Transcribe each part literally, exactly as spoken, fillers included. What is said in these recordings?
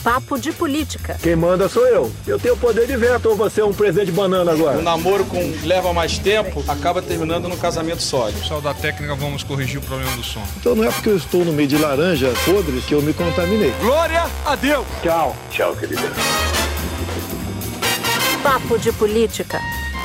Papo de Política. Quem manda sou eu. Eu tenho o poder de veto, ou você é um presente de banana agora? O namoro com leva mais tempo acaba terminando no casamento sólido. Pessoal da técnica, vamos corrigir o problema do som. Então não é porque eu estou no meio de laranja podres que eu me contaminei. Glória a Deus! Tchau. Tchau, querida. Papo de Política.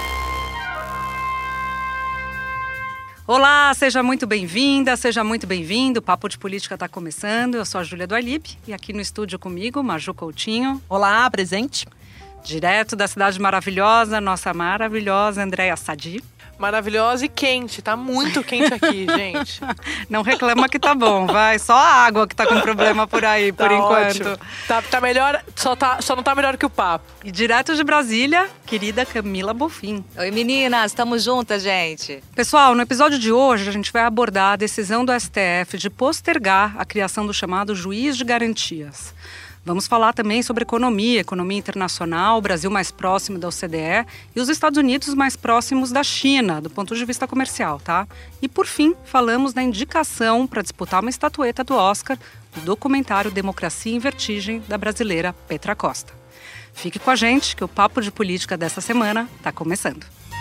Olá, seja muito bem-vinda, seja muito bem-vindo. O Papo de Política está começando. Eu sou a Júlia do Arlip e aqui no estúdio comigo, Maju Coutinho. Olá, presente. Direto da cidade maravilhosa, nossa maravilhosa Andréa Sadi. Maravilhosa e quente, tá muito quente aqui, gente. Não reclama que tá bom, vai. Só a água que tá com problema por aí, tá por enquanto. Tá, tá melhor, só, tá, só não tá melhor que o papo. E direto de Brasília, querida Camila Bonfim. Oi meninas, estamos juntas, gente. Pessoal, no episódio de hoje a gente vai abordar a decisão do S T F de postergar a criação do chamado Juiz de Garantias. Vamos falar também sobre economia, economia internacional, o Brasil mais próximo da O C D E e os Estados Unidos mais próximos da China, do ponto de vista comercial, tá? E por fim, falamos da indicação para disputar uma estatueta do Oscar do documentário Democracia em Vertigem, da brasileira Petra Costa. Fique com a gente que o Papo de Política dessa semana está começando.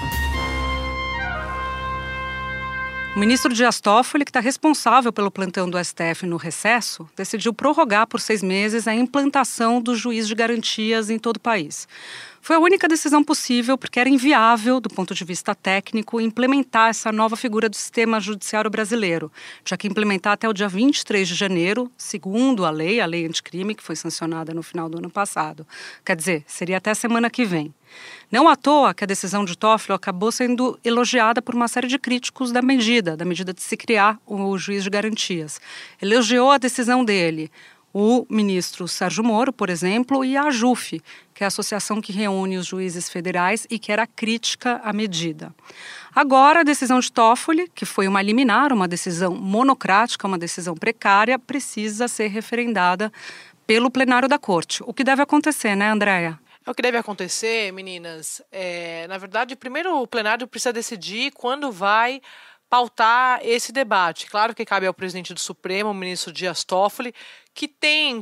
O ministro Dias Toffoli, que está responsável pelo plantão do S T F no recesso, decidiu prorrogar por seis meses a implantação do juiz de garantias em todo o país. Foi a única decisão possível porque era inviável, do ponto de vista técnico, implementar essa nova figura do sistema judiciário brasileiro, já que implementar até o dia vinte e três de janeiro, segundo a lei, a lei anticrime, que foi sancionada no final do ano passado. Quer dizer, seria até a semana que vem. Não à toa que a decisão de Toffoli acabou sendo elogiada por uma série de críticos da medida, da medida de se criar o juiz de garantias. Elogiou a decisão dele o ministro Sérgio Moro, por exemplo, e a AJUF, que é a associação que reúne os juízes federais e que era crítica à medida. Agora, a decisão de Toffoli, que foi uma liminar, uma decisão monocrática, uma decisão precária, precisa ser referendada pelo plenário da Corte. O que deve acontecer, né, Andréa? O que deve acontecer, meninas, é, na verdade, primeiro o plenário precisa decidir quando vai pautar esse debate. Claro que cabe ao presidente do Supremo, o ministro Dias Toffoli, que tem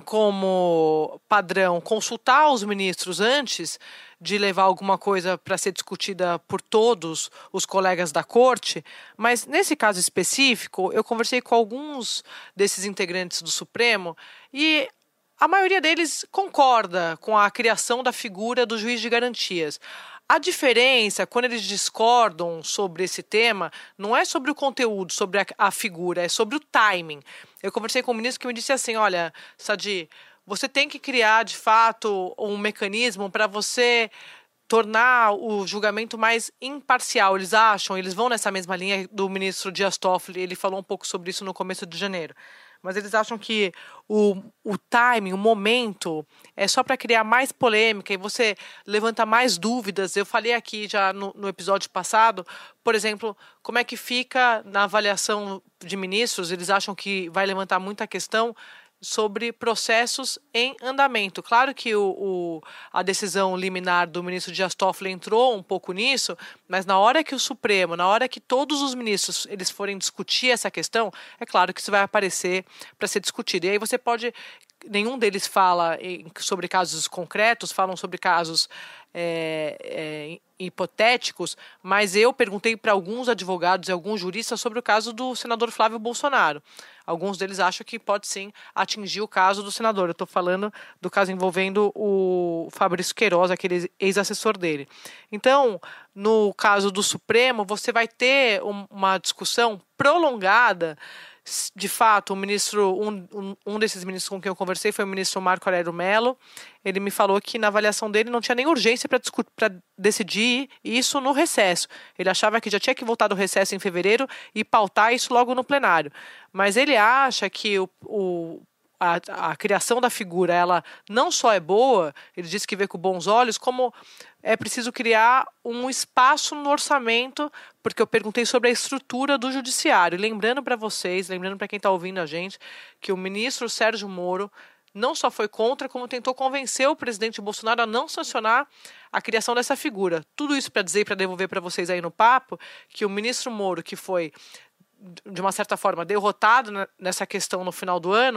como padrão consultar os ministros antes de levar alguma coisa para ser discutida por todos os colegas da corte, mas nesse caso específico, eu conversei com alguns desses integrantes do Supremo e a maioria deles concorda com a criação da figura do juiz de garantias. A diferença, quando eles discordam sobre esse tema, não é sobre o conteúdo, sobre a, a figura, é sobre o timing. Eu conversei com um ministro que me disse assim, olha, Sadi, você tem que criar, de fato, um mecanismo para você tornar o julgamento mais imparcial. Eles acham, eles vão nessa mesma linha do ministro Dias Toffoli, ele falou um pouco sobre isso no começo de janeiro. Mas eles acham que o, o timing, o momento, é só para criar mais polêmica e você levanta mais dúvidas. Eu falei aqui já no, no episódio passado, por exemplo, como é que fica na avaliação de ministros, eles acham que vai levantar muita questão sobre processos em andamento. Claro que o, o, a decisão liminar do ministro Dias Toffoli entrou um pouco nisso, mas na hora que o Supremo, na hora que todos os ministros eles forem discutir essa questão, é claro que isso vai aparecer para ser discutido. E aí você pode... Nenhum deles fala em, sobre casos concretos, falam sobre casos é, é, hipotéticos, mas eu perguntei para alguns advogados e alguns juristas sobre o caso do senador Flávio Bolsonaro. Alguns deles acham que pode sim atingir o caso do senador. Eu estou falando do caso envolvendo o Fabrício Queiroz, aquele ex-assessor dele. Então, no caso do Supremo, você vai ter um, uma discussão prolongada. De fato, o ministro, um, um, um desses ministros com quem eu conversei foi o ministro Marco Aurélio Mello. Ele me falou que na avaliação dele não tinha nem urgência para decidir isso no recesso. Ele achava que já tinha que voltar do recesso em fevereiro e pautar isso logo no plenário. Mas ele acha que o, o A, a criação da figura, ela não só é boa, ele disse que vê com bons olhos, como é preciso criar um espaço no orçamento, porque eu perguntei sobre a estrutura do judiciário. Lembrando para vocês, lembrando para quem está ouvindo a gente, que o ministro Sérgio Moro não só foi contra, como tentou convencer o presidente Bolsonaro a não sancionar a criação dessa figura. Tudo isso para dizer e para devolver para vocês aí no papo, que o ministro Moro, que foi de uma certa forma, derrotado nessa questão no final do ano,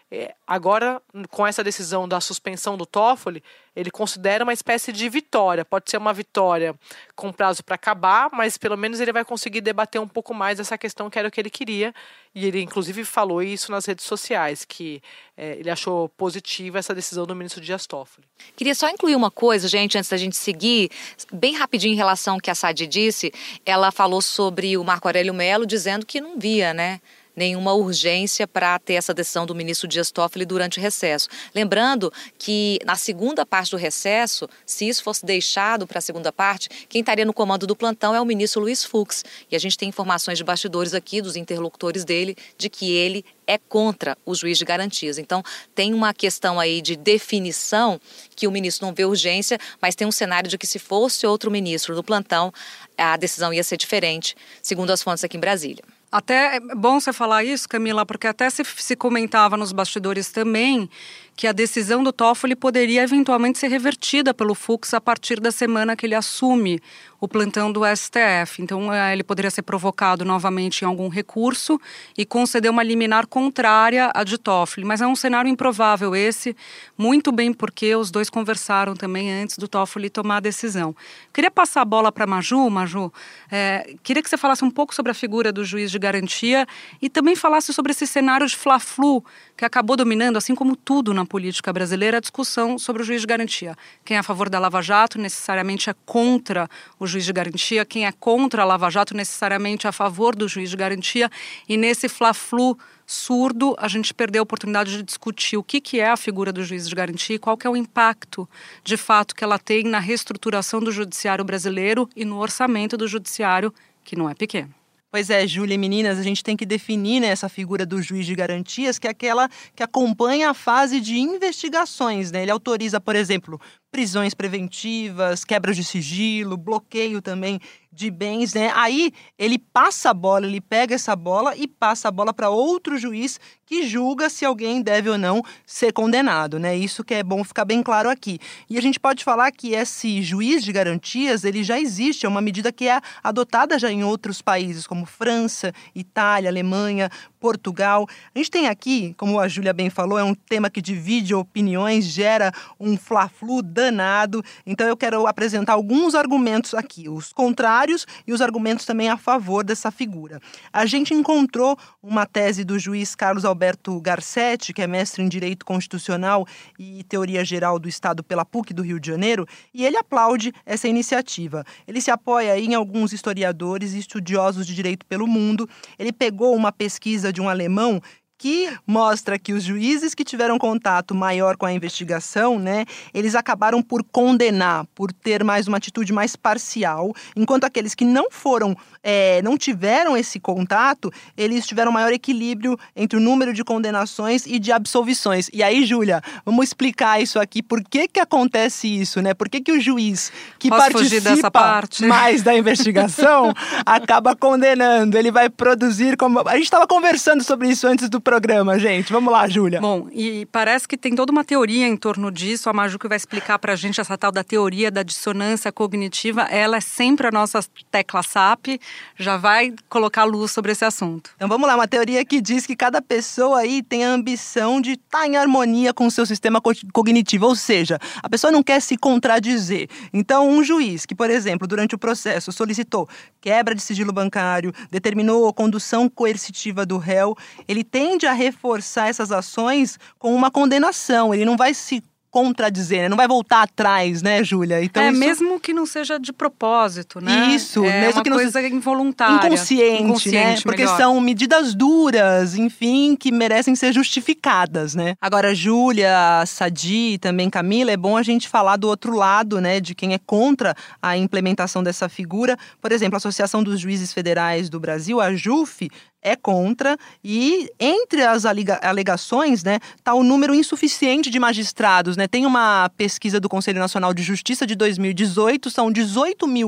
É, agora, com essa decisão da suspensão do Toffoli, ele considera uma espécie de vitória. Pode ser uma vitória com prazo para acabar, mas pelo menos ele vai conseguir debater um pouco mais essa questão que era o que ele queria. E ele, inclusive, falou isso nas redes sociais, que é, ele achou positiva essa decisão do ministro Dias Toffoli. Queria só incluir uma coisa, gente, antes da gente seguir, bem rapidinho em relação ao que a Sadi disse. Ela falou sobre o Marco Aurélio Mello, dizendo que não via, né, nenhuma urgência para ter essa decisão do ministro Dias Toffoli durante o recesso. Lembrando que na segunda parte do recesso, se isso fosse deixado para a segunda parte, quem estaria no comando do plantão é o ministro Luiz Fux. E a gente tem informações de bastidores aqui, dos interlocutores dele, de que ele é contra o juiz de garantias. Então, tem uma questão aí de definição que o ministro não vê urgência, mas tem um cenário de que se fosse outro ministro no plantão, a decisão ia ser diferente, segundo as fontes aqui em Brasília. Até é bom você falar isso, Camila, porque até se, se comentava nos bastidores também que a decisão do Toffoli poderia eventualmente ser revertida pelo Fux a partir da semana que ele assume o plantão do S T F. Então, ele poderia ser provocado novamente em algum recurso e conceder uma liminar contrária à de Toffoli. Mas é um cenário improvável esse, muito bem porque os dois conversaram também antes do Toffoli tomar a decisão. Queria passar a bola para a Maju. Maju, é, queria que você falasse um pouco sobre a figura do juiz de garantia e também falasse sobre esse cenário de fla-flu que acabou dominando, assim como tudo na política brasileira, a discussão sobre o juiz de garantia. Quem é a favor da Lava Jato necessariamente é contra o juiz de garantia, quem é contra a Lava Jato necessariamente é a favor do juiz de garantia, e nesse fla-flu surdo a gente perdeu a oportunidade de discutir o que, que é a figura do juiz de garantia e qual que é o impacto, de fato, que ela tem na reestruturação do judiciário brasileiro e no orçamento do judiciário, que não é pequeno. Pois é, Júlia e meninas, a gente tem que definir, né, essa figura do juiz de garantias, que é aquela que acompanha a fase de investigações, né? Ele autoriza, por exemplo, prisões preventivas, quebras de sigilo, bloqueio também de bens, né? Aí ele passa a bola, ele pega essa bola e passa a bola para outro juiz que julga se alguém deve ou não ser condenado, né? Isso que é bom ficar bem claro aqui. E a gente pode falar que esse juiz de garantias, ele já existe, é uma medida que é adotada já em outros países, como França, Itália, Alemanha, Portugal. A gente tem aqui, como a Júlia bem falou, é um tema que divide opiniões, gera um fla-flu danado. Então eu quero apresentar alguns argumentos aqui, os contrários e os argumentos também a favor dessa figura. A gente encontrou uma tese do juiz Carlos Alberto Garcetti, que é mestre em Direito Constitucional e Teoria Geral do Estado pela P U C do Rio de Janeiro, e ele aplaude essa iniciativa. Ele se apoia aí em alguns historiadores e estudiosos de direito pelo mundo. Ele pegou uma pesquisa de um alemão que mostra que os juízes que tiveram contato maior com a investigação, né, eles acabaram por condenar, por ter mais uma atitude mais parcial, enquanto aqueles que não foram, é, não tiveram esse contato, eles tiveram maior equilíbrio entre o número de condenações e de absolvições. E aí, Júlia, vamos explicar isso aqui, por que que acontece isso, né? Por que que o juiz que Posso participa dessa parte? mais da investigação acaba condenando, ele vai produzir como... A gente estava conversando sobre isso antes do programa, gente. Vamos lá, Júlia. Bom, e parece que tem toda uma teoria em torno disso. A Maju que vai explicar pra gente essa tal da teoria da dissonância cognitiva. Ela é sempre a nossa tecla S A P. Já vai colocar luz sobre esse assunto. Então vamos lá, uma teoria que diz que cada pessoa aí tem a ambição de estar em harmonia com o seu sistema co- cognitivo. Ou seja, a pessoa não quer se contradizer. Então um juiz que, por exemplo, durante o processo solicitou quebra de sigilo bancário, determinou a condução coercitiva do réu, ele tende a reforçar essas ações com uma condenação. Ele não vai se contradizer, né? Não vai voltar atrás, né, Júlia? Então, é, isso... mesmo que não seja de propósito, né? Isso, é mesmo uma que não coisa seja involuntária. Inconsciente, Inconsciente, né? Porque melhor. são medidas duras, enfim, que merecem ser justificadas, né? Agora, Júlia, Sadi e também Camila, é bom a gente falar do outro lado, né? De quem é contra a implementação dessa figura. Por exemplo, a Associação dos Juízes Federais do Brasil, a JUF, é contra, e entre as alega- alegações, né, tá o número insuficiente de magistrados, né? Tem uma pesquisa do Conselho Nacional de Justiça de dois mil e dezoito, são dezoito mil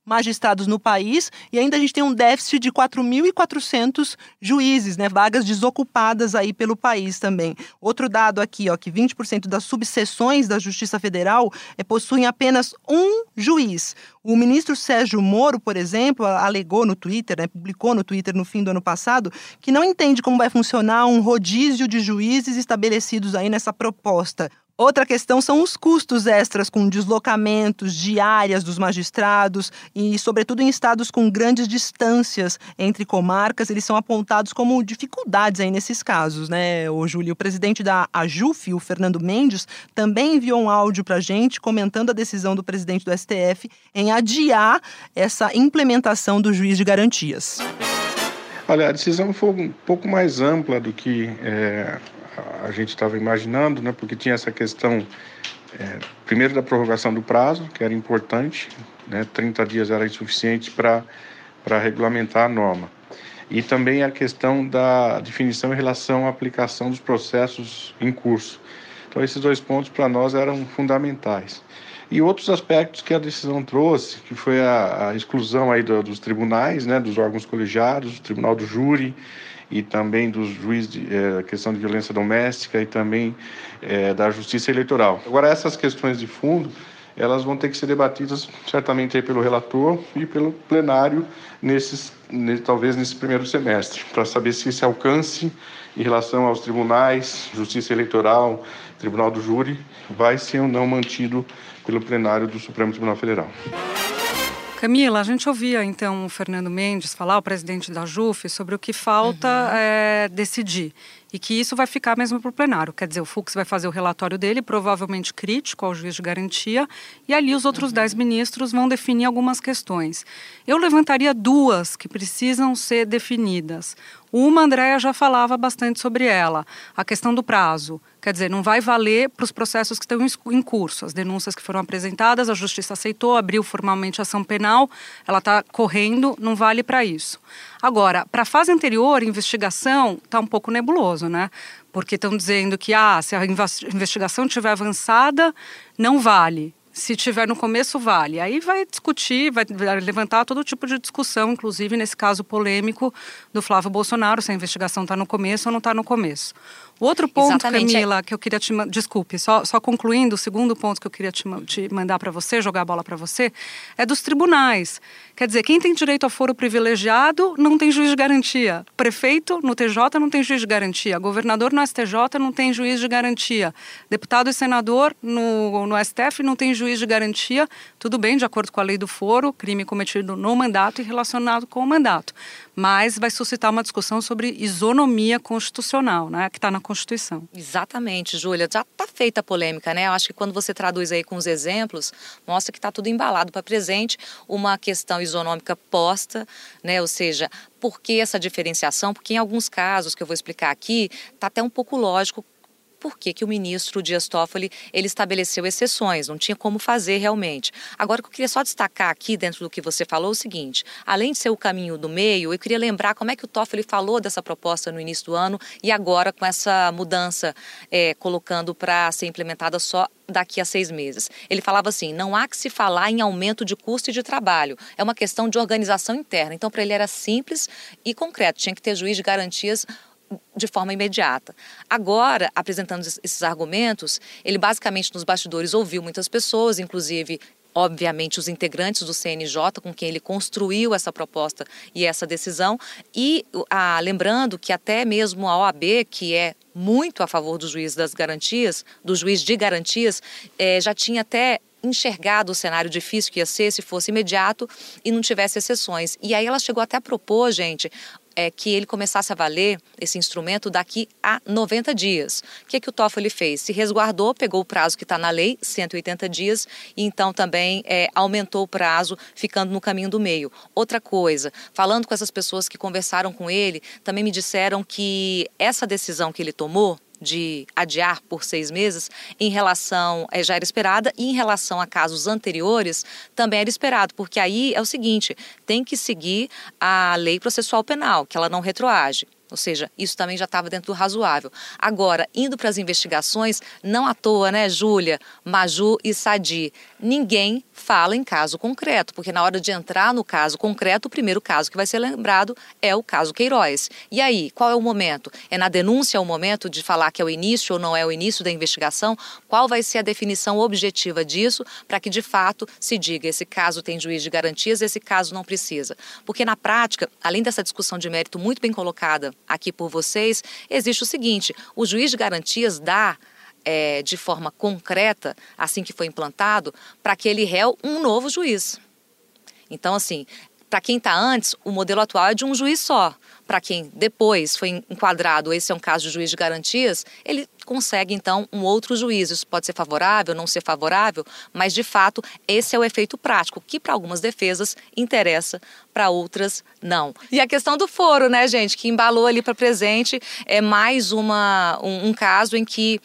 magistrados no país e ainda a gente tem um déficit de quatro mil e quatrocentos juízes, né, vagas desocupadas aí pelo país também. Outro dado aqui, ó, que vinte por cento das subseções da Justiça Federal é, possuem apenas um juiz. O ministro Sérgio Moro, por exemplo, alegou no Twitter, né, publicou no Twitter no fim do ano passado, que não entende como vai funcionar um rodízio de juízes estabelecidos aí nessa proposta. Outra questão são os custos extras com deslocamentos, diárias dos magistrados e, sobretudo, em estados com grandes distâncias entre comarcas, eles são apontados como dificuldades aí nesses casos, né, ô Júlio? O presidente da AJUF, o Fernando Mendes, também enviou um áudio para a gente comentando a decisão do presidente do S T F em adiar essa implementação do juiz de garantias. Olha, a decisão foi um pouco mais ampla do que é, a gente estava imaginando, né? Porque tinha essa questão, é, primeiro, da prorrogação do prazo, que era importante, né? trinta dias era insuficiente para para regulamentar a norma. E também a questão da definição em relação à aplicação dos processos em curso. Então, esses dois pontos para nós eram fundamentais. E outros aspectos que a decisão trouxe, que foi a, a exclusão aí do, dos tribunais, né, dos órgãos colegiados, do tribunal do júri e também dos juízes de é, questão de violência doméstica e também é, da justiça eleitoral. Agora, essas questões de fundo, elas vão ter que ser debatidas certamente aí pelo relator e pelo plenário, nesses, nesse, talvez nesse primeiro semestre, para saber se esse alcance em relação aos tribunais, justiça eleitoral, tribunal do júri, vai ser ou não mantido pelo plenário do Supremo Tribunal Federal. Camila, a gente ouvia então o Fernando Mendes falar, o presidente da AJUF, sobre o que falta uhum. é, decidir. E que isso vai ficar mesmo para o plenário. Quer dizer, o Fux vai fazer o relatório dele, provavelmente crítico ao juiz de garantia, e ali os outros dez uhum. ministros vão definir algumas questões. Eu levantaria duas que precisam ser definidas. Uma, a Andréa já falava bastante sobre ela, a questão do prazo. Quer dizer, não vai valer para os processos que estão em curso. As denúncias que foram apresentadas, a Justiça aceitou, abriu formalmente a ação penal, ela está correndo, não vale para isso. Agora, para a fase anterior, investigação, está um pouco nebuloso, né? Porque estão dizendo que ah, se a investigação estiver avançada, não vale. Se tiver no começo, vale. Aí vai discutir, vai levantar todo tipo de discussão, inclusive nesse caso polêmico do Flávio Bolsonaro, se a investigação está no começo ou não está no começo. O outro ponto, Exatamente. Camila, que eu queria te... Desculpe, só, só concluindo, o segundo ponto que eu queria te, te mandar para você, jogar a bola para você, é dos tribunais. Quer dizer, quem tem direito a foro privilegiado não tem juiz de garantia. Prefeito no T J não tem juiz de garantia. Governador no S T J não tem juiz de garantia. Deputado e senador no, no S T F não tem juiz de garantia. Tudo bem, de acordo com a lei do foro, crime cometido no mandato e relacionado com o mandato. Mas vai suscitar uma discussão sobre isonomia constitucional, né, que está na Constituição. Exatamente, Júlia. Já está feita a polêmica, né? Eu acho que quando você traduz aí com os exemplos, mostra que está tudo embalado para presente, uma questão isonômica posta, né? Ou seja, por que essa diferenciação? Porque em alguns casos, que eu vou explicar aqui, está até um pouco lógico por que que o ministro Dias Toffoli ele estabeleceu exceções, não tinha como fazer realmente. Agora, o que eu queria só destacar aqui, dentro do que você falou, é o seguinte, além de ser o caminho do meio, eu queria lembrar como é que o Toffoli falou dessa proposta no início do ano e agora com essa mudança, é, colocando para ser implementada só daqui a seis meses. Ele falava assim, não há que se falar em aumento de custo e de trabalho, é uma questão de organização interna. Então, para ele era simples e concreto, tinha que ter juiz de garantias de forma imediata. Agora, apresentando esses argumentos, ele basicamente nos bastidores ouviu muitas pessoas, inclusive, obviamente, os integrantes do C N J, com quem ele construiu essa proposta e essa decisão, e ah, lembrando que até mesmo a O A B, que é muito a favor do juiz das garantias, do juiz de garantias, eh, já tinha até enxergado o cenário difícil que ia ser se fosse imediato e não tivesse exceções. E aí ela chegou até a propor, gente, é, que ele começasse a valer esse instrumento daqui a noventa dias. O que, que o Toffoli fez? Se resguardou, pegou o prazo que está na lei, cento e oitenta dias, e então também é, aumentou o prazo, ficando no caminho do meio. Outra coisa, falando com essas pessoas que conversaram com ele, também me disseram que essa decisão que ele tomou, de adiar por seis meses, em relação, é, já era esperada, e em relação a casos anteriores, também era esperado, porque aí é o seguinte, tem que seguir a lei processual penal, que ela não retroage. Ou seja, isso também já estava dentro do razoável. Agora, indo para as investigações, não à toa, né, Júlia, Maju e Sadi, ninguém fala em caso concreto, porque na hora de entrar no caso concreto, o primeiro caso que vai ser lembrado é o caso Queiroz. E aí, qual é o momento? É na denúncia o momento de falar que é o início ou não é o início da investigação? Qual vai ser a definição objetiva disso para que, de fato, se diga esse caso tem juiz de garantias, esse caso não precisa? Porque, na prática, além dessa discussão de mérito muito bem colocada aqui por vocês, existe o seguinte: o juiz de garantias dá é, de forma concreta, assim que foi implantado, para aquele réu um novo juiz. Então, assim, para quem está antes, o modelo atual é de um juiz só. Para quem depois foi enquadrado, esse é um caso de juiz de garantias, ele consegue, então, um outro juiz. Isso pode ser favorável, não ser favorável, mas, de fato, esse é o efeito prático, que para algumas defesas interessa, para outras não. E a questão do foro, né, gente, que embalou ali para presente, é mais uma, um, um caso em que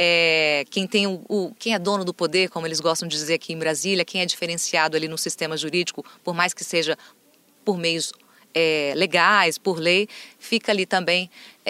é, quem, tem o, o, quem é dono do poder, como eles gostam de dizer aqui em Brasília, quem é diferenciado ali no sistema jurídico, por mais que seja por meios É, legais, por lei, fica ali também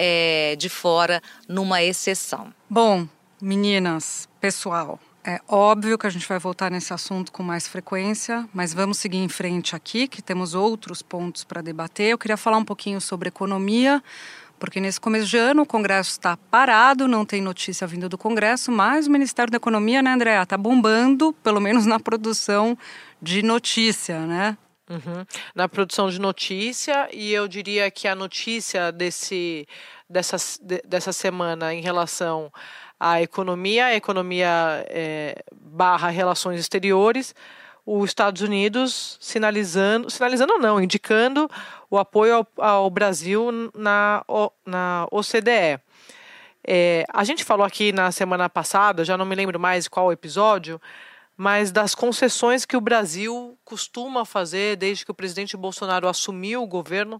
é, de fora numa exceção. Bom, meninas, pessoal, é óbvio que a gente vai voltar nesse assunto com mais frequência, mas vamos seguir em frente aqui, que temos outros pontos para debater. Eu queria falar um pouquinho sobre economia, porque nesse começo de ano o Congresso está parado, não tem notícia vindo do Congresso, mas o Ministério da Economia, né, Andréa, está bombando, pelo menos na produção de notícia, né? Uhum. Na produção de notícia, e eu diria que a notícia desse, dessa, de, dessa semana em relação à economia, a economia é, barra relações exteriores, os Estados Unidos sinalizando, sinalizando não, indicando o apoio ao, ao Brasil na, na O C D E. É, a gente falou aqui na semana passada, já não me lembro mais qual episódio, mas das concessões que o Brasil costuma fazer desde que o presidente Bolsonaro assumiu o governo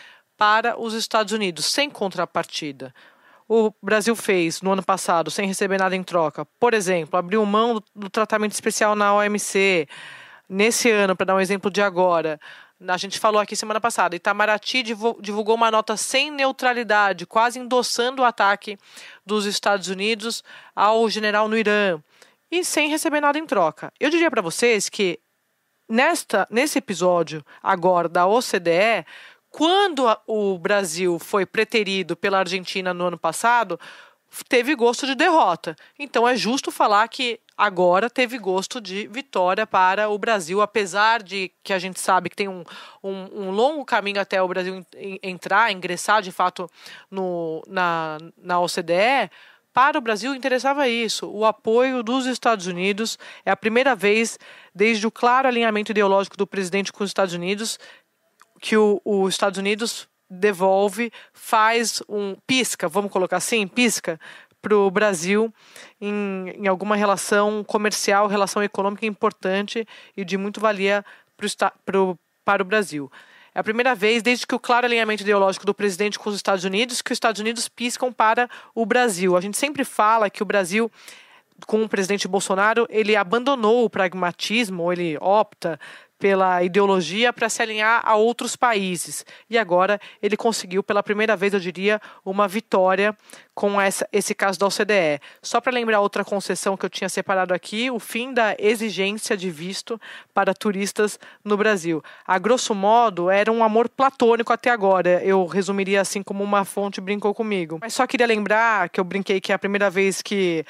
para os Estados Unidos, sem contrapartida. O Brasil fez, no ano passado, sem receber nada em troca, por exemplo, abriu mão do, do tratamento especial na O M C. Nesse ano, para dar um exemplo de agora, a gente falou aqui semana passada, Itamaraty divulgou uma nota sem neutralidade, quase endossando o ataque dos Estados Unidos ao general no Irã, e sem receber nada em troca. Eu diria para vocês que nesta, nesse episódio agora da O C D E, quando a, o Brasil foi preterido pela Argentina no ano passado, teve gosto de derrota. Então é justo falar que agora teve gosto de vitória para o Brasil, apesar de que a gente sabe que tem um, um, um longo caminho até o Brasil entrar, ingressar de fato no, na, na O C D E. Para o Brasil interessava isso, o apoio dos Estados Unidos. É a primeira vez, desde o claro alinhamento ideológico do presidente com os Estados Unidos, que o, os Estados Unidos devolve, faz um pisca, vamos colocar assim, pisca, para o Brasil em, em alguma relação comercial, relação econômica importante e de muito valia pro, pro, para o Brasil. É a primeira vez, desde que o claro alinhamento ideológico do presidente com os Estados Unidos, que os Estados Unidos piscam para o Brasil. A gente sempre fala que o Brasil, com o presidente Bolsonaro, ele abandonou o pragmatismo, ele opta pela ideologia para se alinhar a outros países. E agora ele conseguiu, pela primeira vez, eu diria, uma vitória com essa, esse caso da O C D E. Só para lembrar outra concessão que eu tinha separado aqui, o fim da exigência de visto para turistas no Brasil. A grosso modo, era um amor platônico até agora. Eu resumiria assim como uma fonte brincou comigo. Mas só queria lembrar que eu brinquei que é a primeira vez que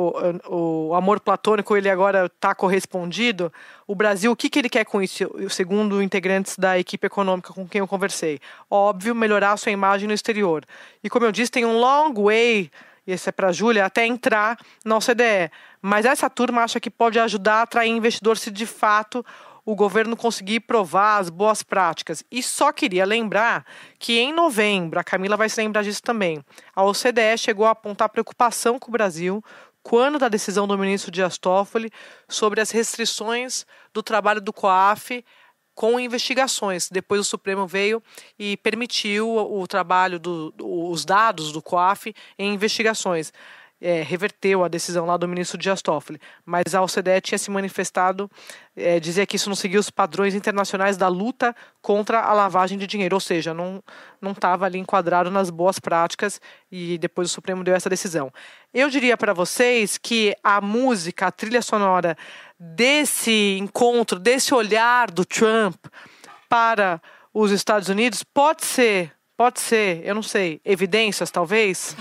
o, o amor platônico ele agora está correspondido. O Brasil, o que, que ele quer com isso, segundo integrantes da equipe econômica com quem eu conversei? Óbvio, melhorar a sua imagem no exterior. E como eu disse, tem um long way, e esse é para a Júlia, até entrar na O C D E. Mas essa turma acha que pode ajudar a atrair investidor se de fato o governo conseguir provar as boas práticas. E só queria lembrar que em novembro, a Camila vai se lembrar disso também, a O C D E chegou a apontar preocupação com o Brasil quando da decisão do ministro Dias Toffoli sobre as restrições do trabalho do COAF com investigações. Depois o Supremo veio e permitiu o trabalho, do, os dados do COAF em investigações. é, reverteu a decisão lá do ministro Dias Toffoli. Mas a O C D E tinha se manifestado, é, dizia que isso não seguia os padrões internacionais da luta contra a lavagem de dinheiro, ou seja, não não estava ali enquadrado nas boas práticas, e depois o Supremo deu essa decisão. Eu diria para vocês que a música, a trilha sonora desse encontro, desse olhar do Trump para os Estados Unidos pode ser, pode ser, eu não sei, evidências talvez?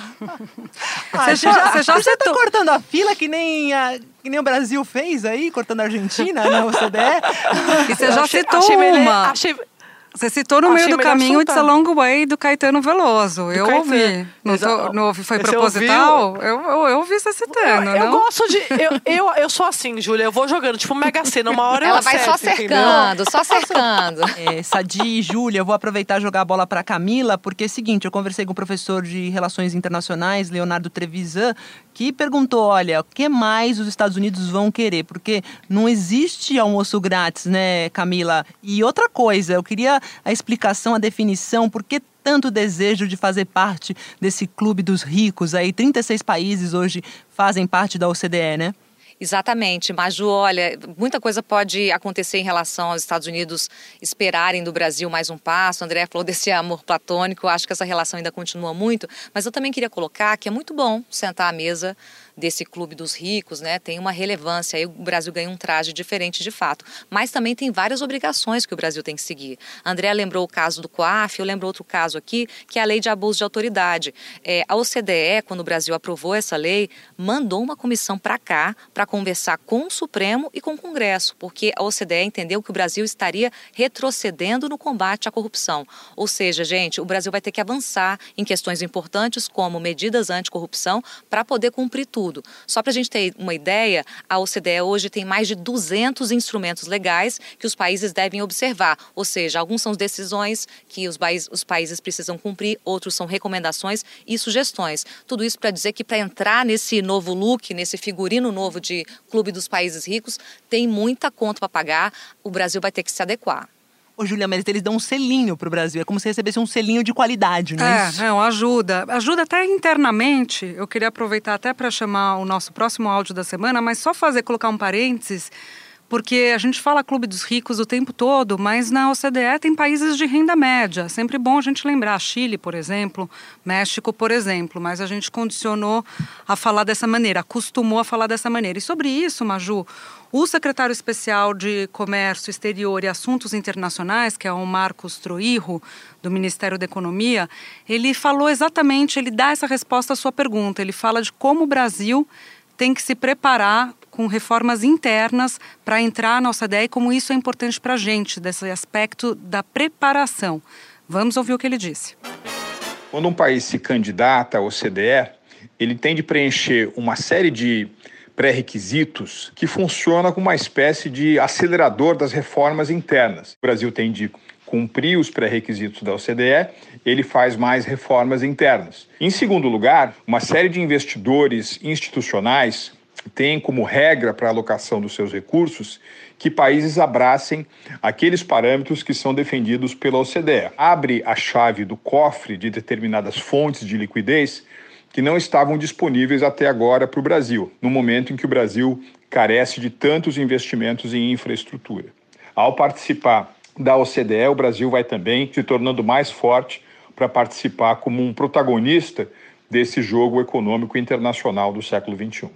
Ah, você já, você já você tá cortando a fila que nem, a, que nem o Brasil fez aí, cortando a Argentina na O C D E? E você já achei, citou achei uma. Melhor, achei... Você citou no Achei meio do melhor caminho soltar. It's a Long Way do Caetano Veloso. Do eu Caetano. ouvi. Não, tô, não ouvi. Foi Você proposital? Eu, eu, eu ouvi você citando, Eu, eu não? gosto de... Eu, eu, eu sou assim, Júlia, eu vou jogando, tipo Mega Sena, uma hora eu Ela vai acerto, só cercando, só cercando. É, Sadi e Júlia, eu vou aproveitar e jogar a bola para Camila, porque é o seguinte, eu conversei com o professor de Relações Internacionais, Leonardo Trevisan, que perguntou, olha, o que mais os Estados Unidos vão querer? Porque não existe almoço grátis, né, Camila? E outra coisa, eu queria a explicação, a definição, por que tanto desejo de fazer parte desse clube dos ricos? Aí trinta e seis países hoje fazem parte da O C D E, né? Exatamente, Maju, olha, muita coisa pode acontecer em relação aos Estados Unidos esperarem do Brasil mais um passo. O André falou desse amor platônico, acho que essa relação ainda continua muito, mas eu também queria colocar que é muito bom sentar à mesa desse clube dos ricos, né? Tem uma relevância, aí o Brasil ganha um traje diferente de fato, mas também tem várias obrigações que o Brasil tem que seguir. A André lembrou o caso do COAF, eu lembro outro caso aqui, que é a lei de abuso de autoridade. É, a O C D E, quando o Brasil aprovou essa lei, mandou uma comissão para cá, para conversar com o Supremo e com o Congresso, porque a O C D E entendeu que o Brasil estaria retrocedendo no combate à corrupção. Ou seja, gente, o Brasil vai ter que avançar em questões importantes como medidas anticorrupção para poder cumprir tudo. Só para a gente ter uma ideia, a O C D E hoje tem mais de duzentos instrumentos legais que os países devem observar. Ou seja, alguns são decisões que os, países, os países precisam cumprir, outros são recomendações e sugestões. Tudo isso para dizer que para entrar nesse novo look, nesse figurino novo de Clube dos Países Ricos, tem muita conta para pagar, o Brasil vai ter que se adequar. Ô, Júlia, mas eles dão um selinho pro Brasil. É como se recebesse um selinho de qualidade, não é, É, isso? não, ajuda. Ajuda até internamente. Eu queria aproveitar até para chamar o nosso próximo áudio da semana, mas só fazer, colocar um parênteses, porque a gente fala Clube dos Ricos o tempo todo, mas na O C D E tem países de renda média. Sempre bom a gente lembrar. Chile, por exemplo, México, por exemplo, mas a gente condicionou a falar dessa maneira, acostumou a falar dessa maneira. E sobre isso, Maju, o secretário especial de Comércio Exterior e Assuntos Internacionais, que é o Marcos Troirro, do Ministério da Economia, ele falou exatamente, ele dá essa resposta à sua pergunta. Ele fala de como o Brasil tem que se preparar com reformas internas para entrar na O C D E e como isso é importante para a gente, desse aspecto da preparação. Vamos ouvir o que ele disse. Quando um país se candidata à O C D E, ele tem de preencher uma série de pré-requisitos que funciona como uma espécie de acelerador das reformas internas. O Brasil tem de cumprir os pré-requisitos da O C D E, ele faz mais reformas internas. Em segundo lugar, uma série de investidores institucionais tem como regra para a alocação dos seus recursos que países abracem aqueles parâmetros que são defendidos pela O C D E. Abre a chave do cofre de determinadas fontes de liquidez que não estavam disponíveis até agora para o Brasil, no momento em que o Brasil carece de tantos investimentos em infraestrutura. Ao participar da O C D E, o Brasil vai também se tornando mais forte para participar como um protagonista desse jogo econômico internacional do século vinte e um.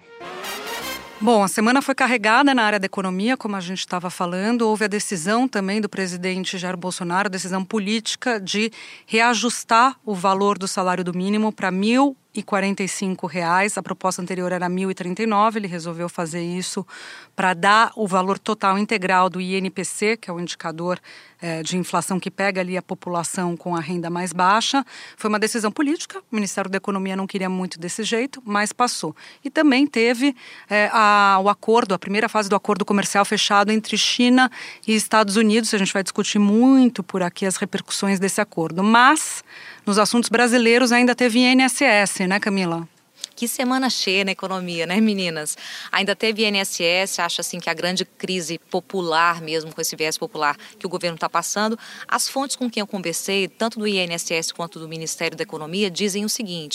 Bom, a semana foi carregada na área da economia, como a gente estava falando. Houve a decisão também do presidente Jair Bolsonaro, decisão política de reajustar o valor do salário do mínimo para mil e quarenta e cinco reais. A proposta anterior era mil e trinta e nove. Ele resolveu fazer isso para dar o valor total integral do I N P C, que é o indicador é, de inflação que pega ali a população com a renda mais baixa. Foi uma decisão política. O Ministério da Economia não queria muito desse jeito, mas passou. E também teve é, a, o acordo, a primeira fase do acordo comercial fechado entre China e Estados Unidos. A gente vai discutir muito por aqui as repercussões desse acordo. Mas, nos assuntos brasileiros, ainda teve I N S S, né, Camila? Que semana cheia na economia, né, meninas? Ainda teve I N S S, acho assim que a grande crise popular mesmo, com esse viés popular que o governo está passando. As fontes com quem eu conversei, tanto do I N S S quanto do Ministério da Economia, dizem o seguinte: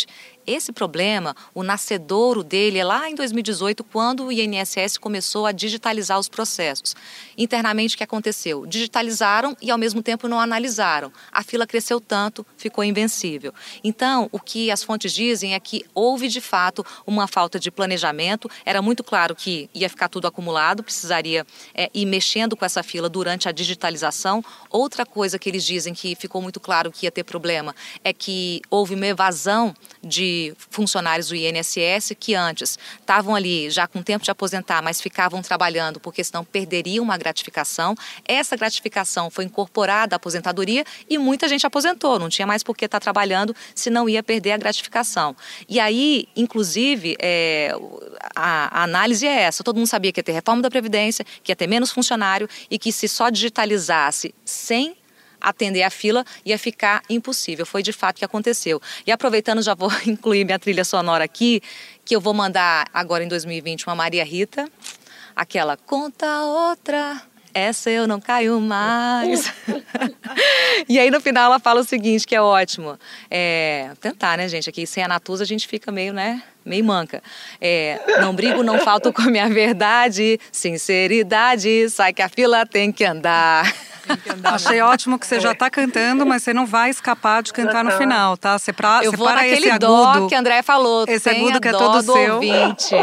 esse problema, o nascedouro dele é lá em dois mil e dezoito, quando o I N S S começou a digitalizar os processos. Internamente, o que aconteceu? Digitalizaram e, ao mesmo tempo, não analisaram. A fila cresceu tanto, ficou invencível. Então, o que as fontes dizem é que houve, de fato, uma falta de planejamento. Era muito claro que ia ficar tudo acumulado, precisaria é, ir mexendo com essa fila durante a digitalização. Outra coisa que eles dizem que ficou muito claro que ia ter problema é que houve uma evasão de funcionários do I N S S que antes estavam ali já com tempo de aposentar, mas ficavam trabalhando porque senão perderiam uma gratificação. Essa gratificação foi incorporada à aposentadoria e muita gente aposentou, não tinha mais por que estar trabalhando se não ia perder a gratificação. E aí, inclusive, é, a, a análise é essa, todo mundo sabia que ia ter reforma da Previdência, que ia ter menos funcionário e que se só digitalizasse sem atender a fila ia ficar impossível. Foi de fato o que aconteceu. E aproveitando, já vou incluir minha trilha sonora aqui, que eu vou mandar agora em dois mil e vinte uma Maria Rita, aquela Conta Outra, essa eu não caio mais. E aí no final ela fala o seguinte, que é ótimo. É, tentar, né, gente? Aqui sem a Natuza a gente fica meio, né? Meio manca. É, não brigo, não falto com a minha verdade, sinceridade, sai que a fila tem que andar. Achei ótimo que você já está cantando, mas você não vai escapar de cantar no final, tá? Você pra, eu vou para naquele esse dó agudo, que a Andréia falou. esse agudo que é todo seu. Ouvinte.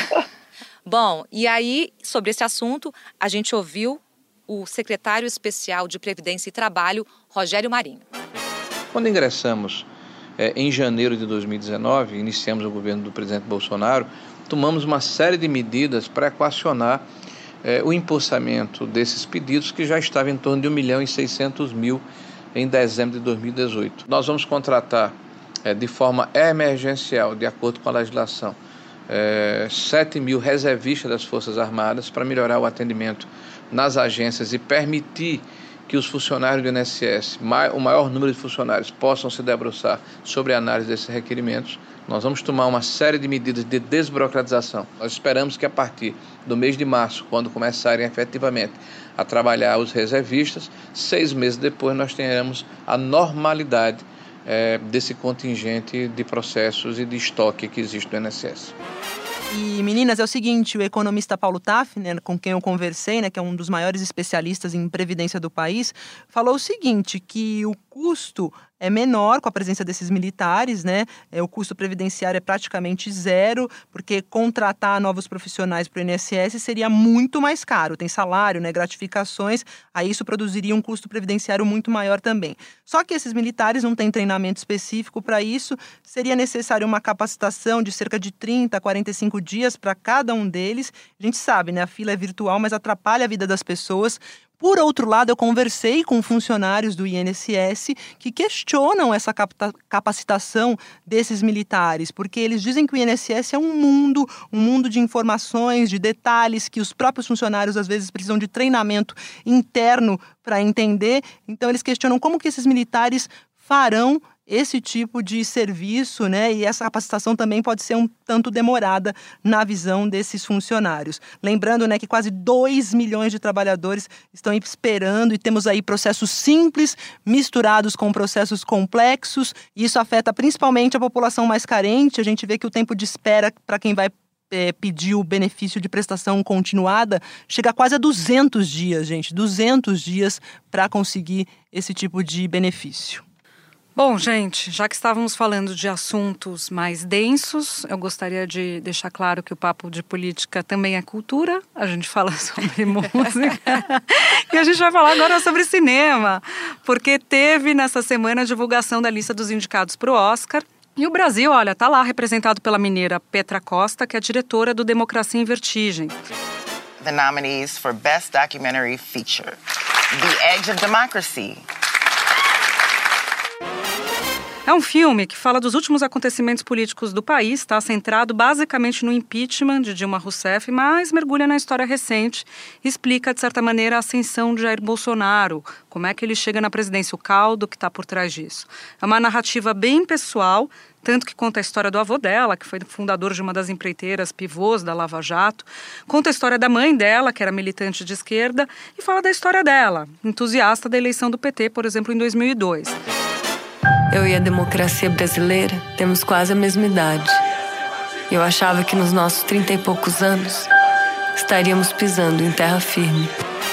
Bom, e aí, sobre esse assunto, a gente ouviu o secretário especial de Previdência e Trabalho, Rogério Marinho. Quando ingressamos é, em janeiro de dois mil e dezenove, iniciamos o governo do presidente Bolsonaro, tomamos uma série de medidas para equacionar é, o impulsamento desses pedidos, que já estava em torno de um milhão e seiscentos mil em dezembro de dois mil e dezoito. Nós vamos contratar é, de forma emergencial, de acordo com a legislação, é, sete mil reservistas das Forças Armadas para melhorar o atendimento nas agências e permitir que os funcionários do I N S S, o maior número de funcionários, possam se debruçar sobre a análise desses requerimentos. Nós vamos tomar uma série de medidas de desburocratização. Nós esperamos que a partir do mês de março, quando começarem efetivamente a trabalhar os reservistas, seis meses depois nós tenhamos a normalidade é, desse contingente de processos e de estoque que existe no I N S S. E, meninas, é o seguinte, o economista Paulo Taff, né, com quem eu conversei, né, que é um dos maiores especialistas em previdência do país, falou o seguinte, que o custo é menor com a presença desses militares, né? É, o custo previdenciário é praticamente zero, porque contratar novos profissionais para o I N S S seria muito mais caro. Tem salário, né, gratificações, aí isso produziria um custo previdenciário muito maior também. Só que esses militares não têm treinamento específico para isso, seria necessário uma capacitação de cerca de trinta a quarenta e cinco dias para cada um deles. A gente sabe, né, a fila é virtual, mas atrapalha a vida das pessoas. Por outro lado, eu conversei com funcionários do I N S S que questionam essa capacitação desses militares, porque eles dizem que o I N S S é um mundo, um mundo de informações, de detalhes, que os próprios funcionários às vezes precisam de treinamento interno para entender. Então, eles questionam como que esses militares farão esse tipo de serviço, né? E essa capacitação também pode ser um tanto demorada na visão desses funcionários. Lembrando, né, que quase dois milhões de trabalhadores estão esperando e temos aí processos simples misturados com processos complexos. E isso afeta principalmente a população mais carente. A gente vê que o tempo de espera para quem vai é, pedir o benefício de prestação continuada chega a quase a duzentos dias, gente. duzentos dias para conseguir esse tipo de benefício. Bom, gente, já que estávamos falando de assuntos mais densos, eu gostaria de deixar claro que o Papo de Política também é cultura. A gente fala sobre música e a gente vai falar agora sobre cinema, porque teve nessa semana a divulgação da lista dos indicados para o Oscar. E o Brasil, olha, está lá representado pela mineira Petra Costa, que é diretora do Democracia em Vertigem. The nominees for Best Documentary Feature: The Edge of Democracy. É um filme que fala dos últimos acontecimentos políticos do país, está centrado basicamente no impeachment de Dilma Rousseff, mas mergulha na história recente e explica, de certa maneira, a ascensão de Jair Bolsonaro, como é que ele chega na presidência, o caldo que está por trás disso. É uma narrativa bem pessoal, tanto que conta a história do avô dela, que foi fundador de uma das empreiteiras pivôs da Lava Jato, conta a história da mãe dela, que era militante de esquerda, e fala da história dela, entusiasta da eleição do P T, por exemplo, em dois mil e dois. Eu e a democracia brasileira temos quase a mesma idade. Eu achava que nos nossos trinta e poucos anos estaríamos pisando em terra firme.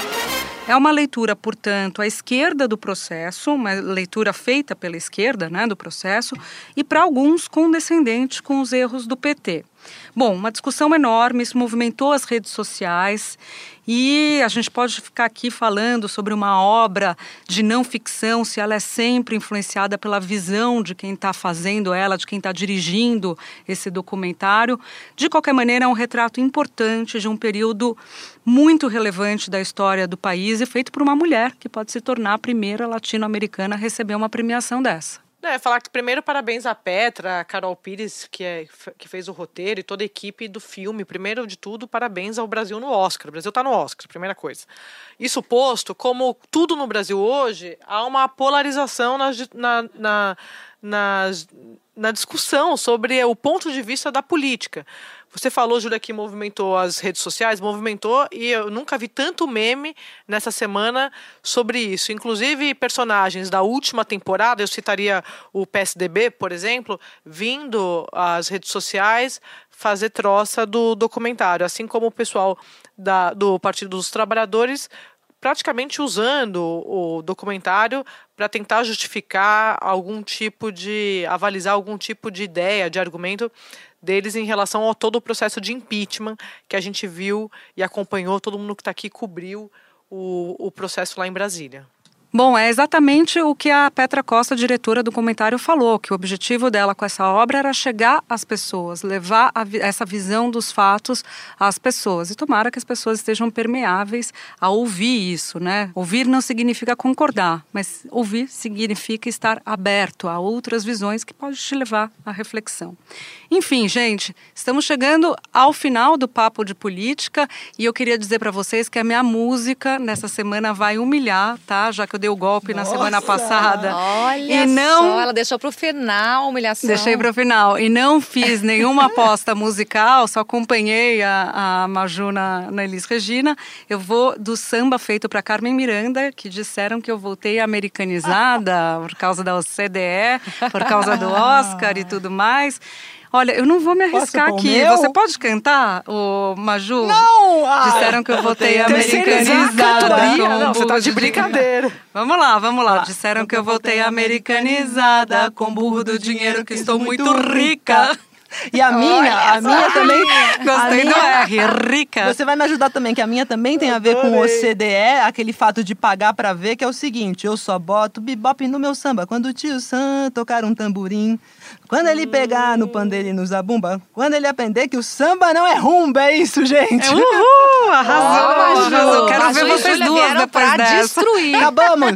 É uma leitura, portanto, à esquerda do processo, uma leitura feita pela esquerda, né, do processo, e para alguns condescendente com os erros do P T. Bom, uma discussão enorme, isso movimentou as redes sociais e a gente pode ficar aqui falando sobre uma obra de não ficção, se ela é sempre influenciada pela visão de quem está fazendo ela, de quem está dirigindo esse documentário. De qualquer maneira, é um retrato importante de um período muito relevante da história do país e feito por uma mulher que pode se tornar a primeira latino-americana a receber uma premiação dessa. É, falar que primeiro parabéns à Petra, a Carol Pires, que, é, que fez o roteiro, e toda a equipe do filme. Primeiro de tudo, parabéns ao Brasil no Oscar. O Brasil está no Oscar, primeira coisa. Isso posto, como tudo no Brasil hoje, há uma polarização na, na, na, na, na discussão sobre o ponto de vista da política. Você falou, Júlia, que movimentou as redes sociais, movimentou, e eu nunca vi tanto meme nessa semana sobre isso. Inclusive, personagens da última temporada, eu citaria o P S D B, por exemplo, vindo às redes sociais fazer troça do documentário, assim como o pessoal da, do Partido dos Trabalhadores, praticamente usando o documentário para tentar justificar algum tipo de, avalizar algum tipo de ideia, de argumento deles em relação ao todo o processo de impeachment que a gente viu e acompanhou, todo mundo que está aqui cobriu o, o processo lá em Brasília. Bom, é exatamente o que a Petra Costa, diretora do documentário, falou, que o objetivo dela com essa obra era chegar às pessoas, levar a, essa visão dos fatos às pessoas. E tomara que as pessoas estejam permeáveis a ouvir isso, né? Ouvir não significa concordar, mas ouvir significa estar aberto a outras visões que podem te levar à reflexão. Enfim, gente, estamos chegando ao final do Papo de Política e eu queria dizer para vocês que a minha música nessa semana vai humilhar, tá? Já que eu dei o golpe Nossa. na semana passada. Olha e não... só, ela deixou para o final a humilhação. Deixei para o final. E não fiz nenhuma aposta musical, só acompanhei a, a Maju na, na Elis Regina. Eu vou do samba feito para Carmen Miranda, que disseram que eu voltei americanizada por causa da O C D E, por causa do Oscar e tudo mais. Olha, eu não vou me arriscar aqui. Você pode cantar, ô Maju? Não! Ah, Disseram que eu votei americanizada. Não, você tá de brincadeira. Vamos lá, vamos lá. Disseram que eu votei americanizada, com burro do dinheiro que estou muito rica. E a minha, Olha a minha também... Gostei do R, rica. Você vai me ajudar também, que a minha também tem a ver com o O C D E, aquele fato de pagar pra ver, que é o seguinte, eu só boto bebop no meu samba, quando o tio Sam tocar um tamborim, quando ele pegar no pandeiro e no zabumba, quando ele aprender que o samba não é rumba, é isso, gente? É, uhul, arrasou, oh, arrasou. Quero Maju ver vocês duas depois pra dessa. destruir. Acabamos.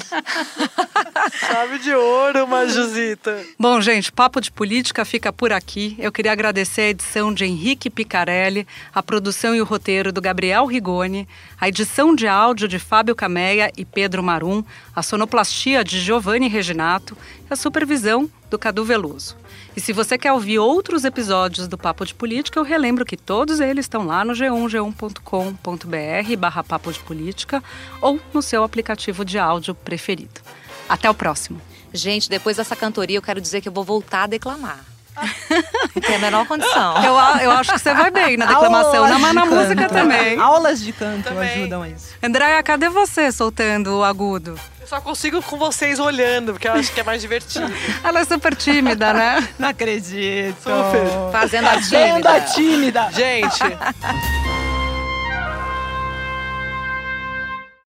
Chave de ouro, Majuzita. Bom, gente, Papo de Política fica por aqui. Eu queria agradecer a edição de Henrique Picarelli, a produção e o roteiro do Gabriel Rigoni, a edição de áudio de Fábio Cameia e Pedro Marum, a sonoplastia de Giovanni Reginato e a supervisão do Cadu Veloso. E se você quer ouvir outros episódios do Papo de Política, eu relembro que todos eles estão lá no g um, g um ponto com ponto b r barra Papo de Política ou no seu aplicativo de áudio preferido. Até o próximo. Gente, depois dessa cantoria eu quero dizer que eu vou voltar a declamar. Não tem a menor condição. Eu, eu acho que você vai bem na declamação, na, mas na música também. Aulas de canto também ajudam a isso. Andréia, cadê você soltando o agudo? Eu só consigo com vocês olhando, porque eu acho que é mais divertido. Ela é super tímida, né? Não acredito. Super. Fazendo a tímida. Fazendo a tímida. Gente...